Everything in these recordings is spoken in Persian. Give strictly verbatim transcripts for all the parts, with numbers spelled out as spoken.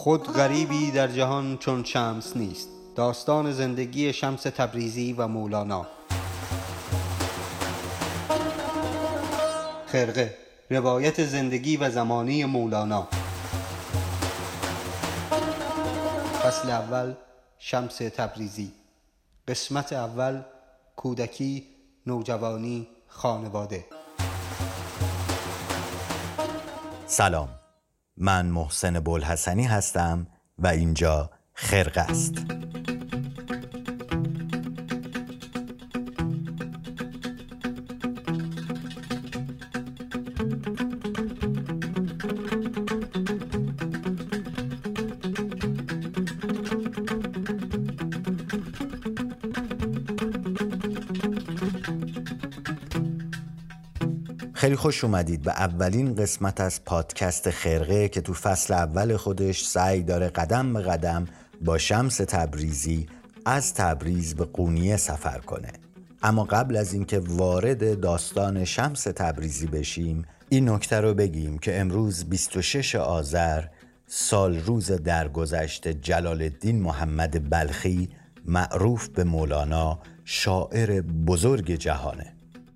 خود غریبی در جهان چون شمس نیست. داستان زندگی شمس تبریزی و مولانا. خرقه، روایت زندگی و زمانی مولانا. فصل اول، شمس تبریزی. قسمت اول، کودکی، نوجوانی، خانواده. سلام، من محسن بوالحسنی هستم و اینجا خرقه است. خیلی خوش اومدید به اولین قسمت از پادکست خرقه که تو فصل اول خودش سعی داره قدم به قدم با شمس تبریزی از تبریز به قونیه سفر کنه. اما قبل از اینکه وارد داستان شمس تبریزی بشیم، این نکته رو بگیم که امروز بیست و ششم آذر سال روز درگذشت جلال الدین محمد بلخی معروف به مولانا، شاعر بزرگ جهانه.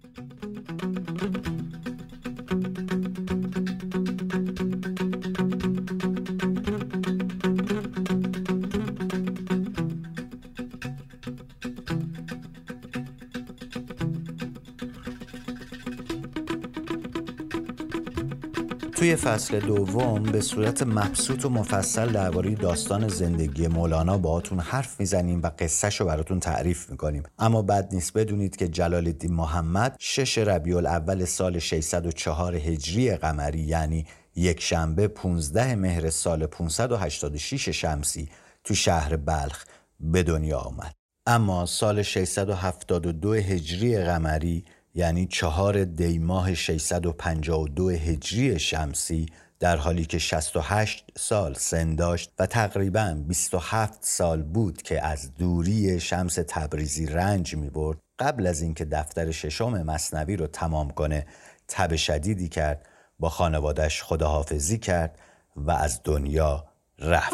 توی فصل دوم به صورت مبسوط و مفصل درباره داستان زندگی مولانا باهاتون حرف میزنیم و قصه‌شو براتون تعریف میکنیم. اما بد نیست بدونید که جلال الدین محمد شش ربیع الاول سال ششصد و چهار هجری قمری، یعنی یک شنبه پانزده مهر سال پانصد و هشتاد و شش شمسی تو شهر بلخ به دنیا آمد. اما سال ششصد و هفتاد و دو هجری قمری، یعنی چهار دی ماه ششصد و پنجاه و دو هجری شمسی، در حالی که شصت و هشت سال سن داشت و تقریباً بیست و هفت سال بود که از دوری شمس تبریزی رنج می برد، قبل از اینکه دفتر ششم مثنوی رو تمام کنه تب شدیدی کرد، با خانوادش خداحافظی کرد و از دنیا رفت.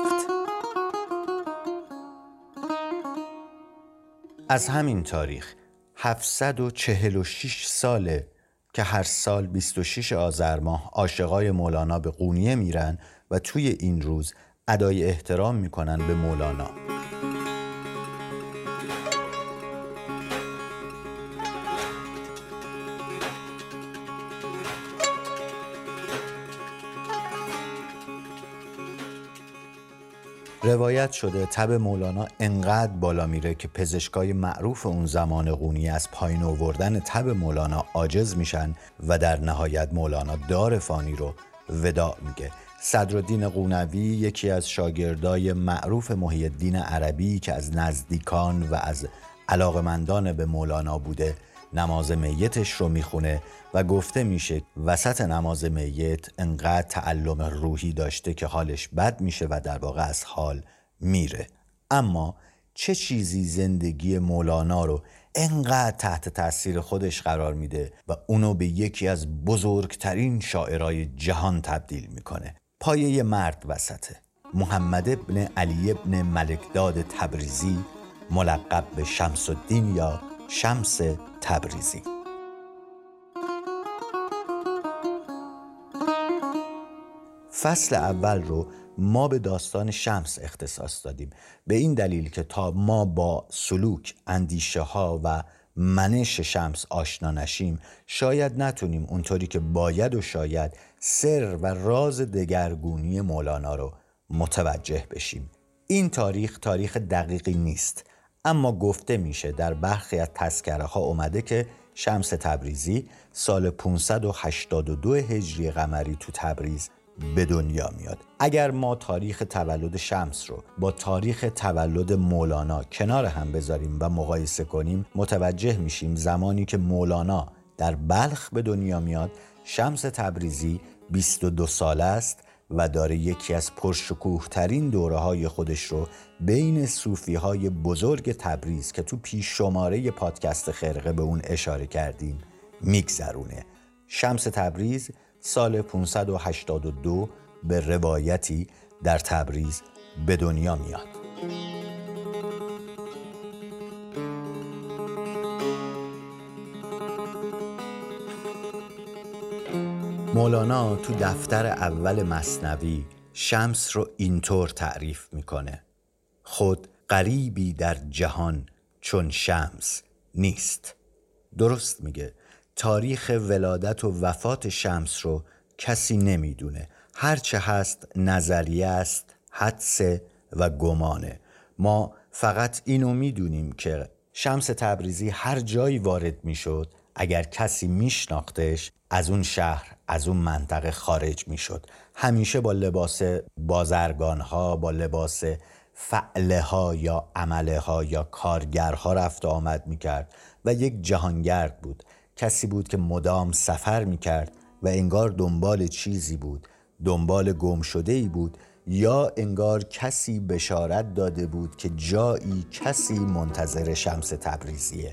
از همین تاریخ هفتصد و چهل و شش ساله که هر سال بیست و شش آذر ماه عاشقای مولانا به قونیه میرن و توی این روز ادای احترام میکنن به مولانا. روایت شده تب مولانا انقدر بالا میره که پزشکای معروف اون زمان قونیه از پایین آوردن تب مولانا عاجز میشن و در نهایت مولانا دار فانی رو وداع میگه. صدرالدین قونوی، یکی از شاگردای معروف محی الدین عربی که از نزدیکان و از علاقمندان به مولانا بوده، نماز میتش رو میخونه و گفته میشه وسط نماز میت انقدر تعلم روحی داشته که حالش بد میشه و در واقع از حال میره. اما چه چیزی زندگی مولانا رو انقدر تحت تاثیر خودش قرار میده و اونو به یکی از بزرگترین شاعرای جهان تبدیل میکنه؟ پایه مرد وسطه. محمد ابن علی ابن ملکداد تبریزی، ملقب به شمس الدین یا شمس تبریزی. فصل اول رو ما به داستان شمس اختصاص دادیم، به این دلیل که تا ما با سلوک، اندیشه ها و منش شمس آشنا نشیم شاید نتونیم اونطوری که باید و شاید سر و راز دگرگونی مولانا رو متوجه بشیم. این تاریخ تاریخ دقیقی نیست، اما گفته میشه در برخی از تذکره ها اومده که شمس تبریزی سال پانصد و هشتاد و دو هجری قمری تو تبریز به دنیا میاد. اگر ما تاریخ تولد شمس رو با تاریخ تولد مولانا کنار هم بذاریم و مقایسه کنیم، متوجه میشیم زمانی که مولانا در بلخ به دنیا میاد، شمس تبریزی بیست و دو ساله است و داره یکی از پرشکوه ترین دوره های خودش رو بین صوفی های بزرگ تبریز که تو پیش شماره پادکست خرقه به اون اشاره کردیم میگذرونه. شمس تبریز سال پانصد و هشتاد و دو به روایتی در تبریز به دنیا میاد. مولانا تو دفتر اول مثنوی شمس رو اینطور تعریف میکنه: خود غریبی در جهان چون شمس نیست. درست میگه. تاریخ ولادت و وفات شمس رو کسی نمیدونه. هرچه هست نظریه است، حدسه و گمانه. ما فقط اینو میدونیم که شمس تبریزی هر جایی وارد میشد، اگر کسی میشناختش از اون شهر، از اون منطقه خارج میشد. همیشه با لباس بازرگان ها، با لباس فعله ها یا عمله ها یا کارگرها رفت و آمد میکرد و یک جهانگرد بود. کسی بود که مدام سفر میکرد و انگار دنبال چیزی بود، دنبال گم شده ای بود، یا انگار کسی بشارت داده بود که جایی کسی منتظر شمس تبریزیه.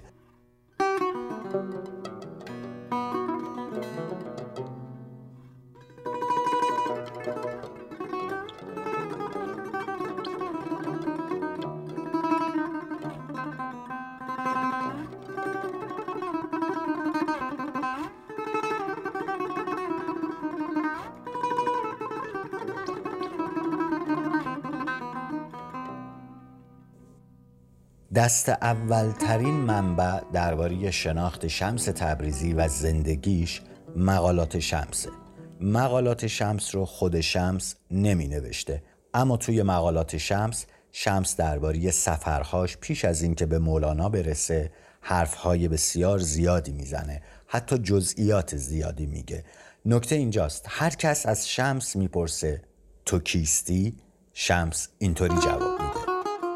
دست اولترین منبع درباره شناخت شمس تبریزی و زندگیش مقالات شمسه. مقالات شمس رو خود شمس نمی نوشته، اما توی مقالات شمس، شمس درباره سفرهاش پیش از این که به مولانا برسه حرفهای بسیار زیادی میزنه، حتی جزئیات زیادی میگه. نکته اینجاست، هر کس از شمس میپرسه تو کیستی؟ شمس اینطوری جواب میده: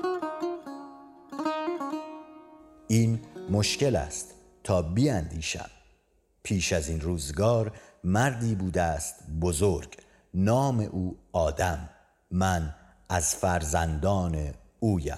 این مشکل است تا بیاندیشم. پیش از این روزگار مردی بوده است بزرگ، نام او آدم، من از فرزندان اویم.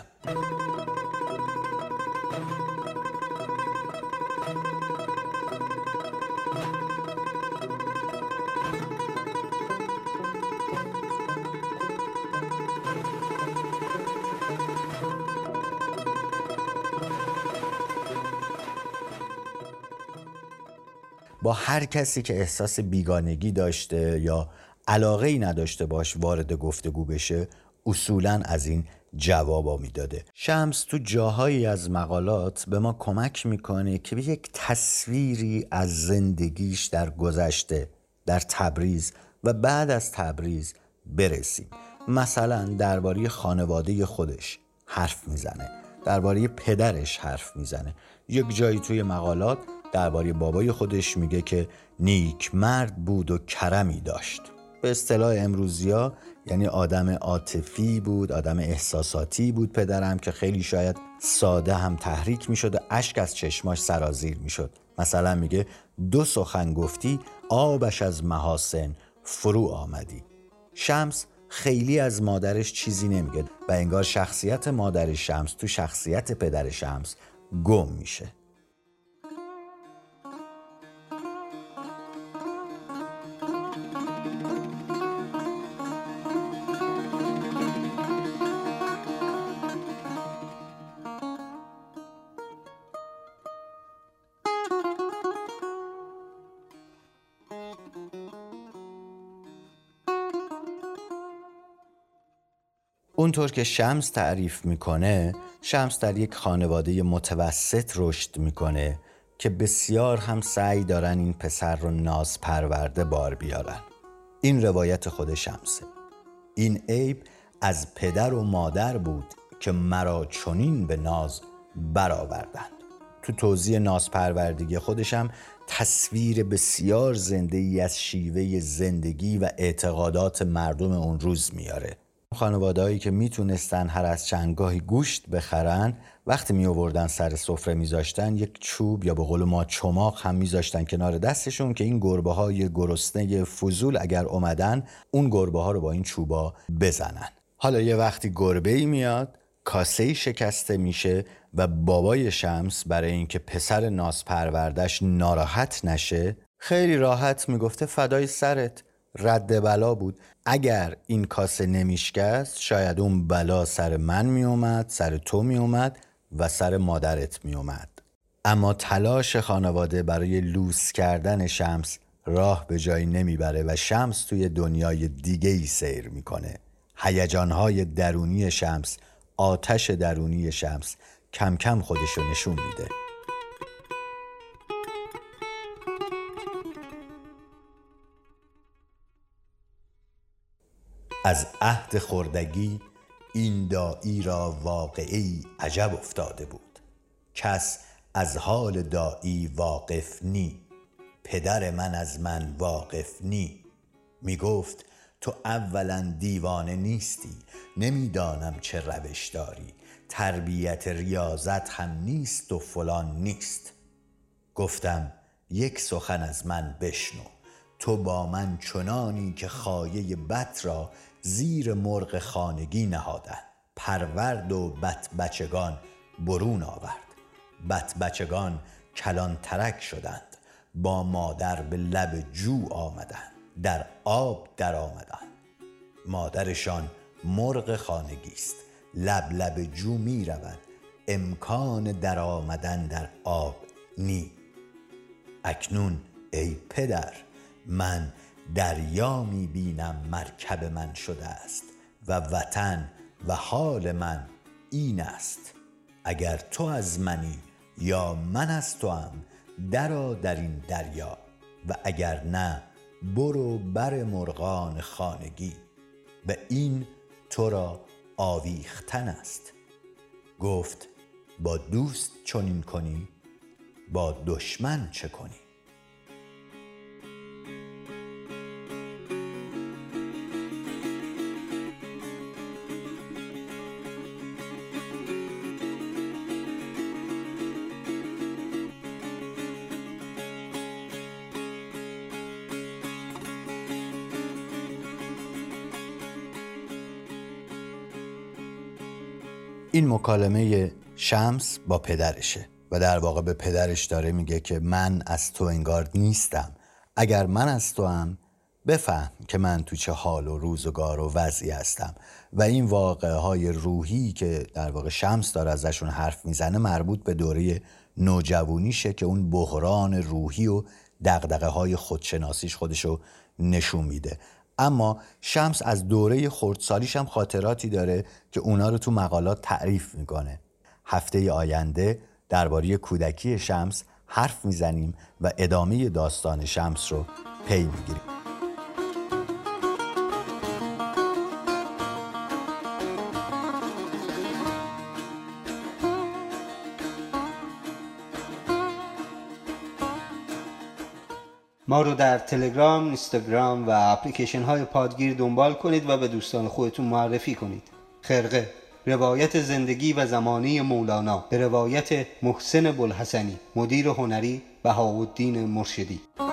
با هر کسی که احساس بیگانگی داشته یا علاقه‌ای نداشته باش وارد گفتگو بشه، اصولاً از این جوابا میداده. شمس تو جاهایی از مقالات به ما کمک میکنه که به یک تصویری از زندگیش در گذشته، در تبریز و بعد از تبریز برسیم. مثلا درباره خانواده خودش حرف میزنه، درباره پدرش حرف میزنه. یک جایی توی مقالات درباره بابای خودش میگه که نیک مرد بود و کرمی داشت. به اصطلاح امروزیا یعنی آدم عاطفی بود، آدم احساساتی بود پدرم، که خیلی شاید ساده هم تحریک میشد و اشک از چشماش سرازیر میشد. مثلا میگه دو سخن گفتی آبش از محاسن فرو آمدی. شمس خیلی از مادرش چیزی نمیگه و انگار شخصیت مادر شمس تو شخصیت پدر شمس گم میشه. اونطور که شمس تعریف میکنه، شمس در یک خانواده متوسط رشد میکنه که بسیار هم سعی دارن این پسر رو ناز پرورده بار بیارن. این روایت خود شمسه. این عیب از پدر و مادر بود که مرا چنین به ناز برآوردند. تو توضیح ناز پروردگی خودشم تصویر بسیار زنده ای از شیوه زندگی و اعتقادات مردم اون روز میاره. خانواده‌هایی که میتونستن هر از چندگاهی گوشت بخرن، وقتی می آوردن سر سفره میذاشتن یک چوب یا به قول ما چماق هم میذاشتن کنار دستشون که این گربه های گرسنه فضول اگر اومدن اون گربه ها رو با این چوبا بزنن. حالا یه وقتی گربه‌ای میاد، کاسه‌ای شکسته میشه و بابای شمس برای اینکه پسر ناز پروردش ناراحت نشه خیلی راحت میگفته فدای سرت، رد بلا بود. اگر این کاسه نمیشکست شاید اون بلا سر من می اومد، سر تو می اومد و سر مادرت می اومد. اما تلاش خانواده برای لوس کردن شمس راه به جایی نمیبره و شمس توی دنیای دیگه ای سیر میکنه. هیجانهای درونی شمس، آتش درونی شمس کم کم خودشو نشون میده. از عهد خردگی این دائی را واقعی عجب افتاده بود. کس از حال دائی واقف نی، پدر من از من واقف نی. می گفت تو اولا دیوانه نیستی، نمیدانم چه روش داری، تربیت ریاضت هم نیست و فلان نیست. گفتم یک سخن از من بشنو، تو با من چنانی که خایه بط را زیر مرغ خانگی نهادن، پرورد و بط بچگان برون آورد. بط بچگان کلان ترک شدند، با مادر به لب جو آمدند، در آب در آمدند. مادرشان مرغ خانگی است، لب لب جو می رود، امکان در آمدن در آب نی. اکنون ای پدر من دریا می بینم مرکب من شده است و وطن و حال من این است. اگر تو از منی یا من از تو هم درآ در این دریا، و اگر نه برو بر مرغان خانگی، و این تو را آویختن است. گفت با دوست چنین کنی، با دشمن چه کنی؟ این مکالمه شمس با پدرشه و در واقع به پدرش داره میگه که من از تو انگار نیستم، اگر من از تو هم بفهم که من تو چه حال و روزگار و وضعی هستم. و این واقعه های روحی که در واقع شمس داره ازشون حرف میزنه مربوط به دوره نوجوانیشه که اون بحران روحی و دغدغه های خودشناسیش خودشو نشون میده. اما شمس از دوره خردسالیش هم خاطراتی داره که اونا رو تو مقالات تعریف میکنه. هفته آینده درباره کودکی شمس حرف میزنیم و ادامه داستان شمس رو پی میگیریم. ما رو در تلگرام، اینستاگرام و اپلیکیشن های پادگیر دنبال کنید و به دوستان خودتون معرفی کنید. خرقه، روایت زندگی و زمانه مولانا به روایت محسن بوالحسنی، مدیر هنری بهاءالدین مرشدی.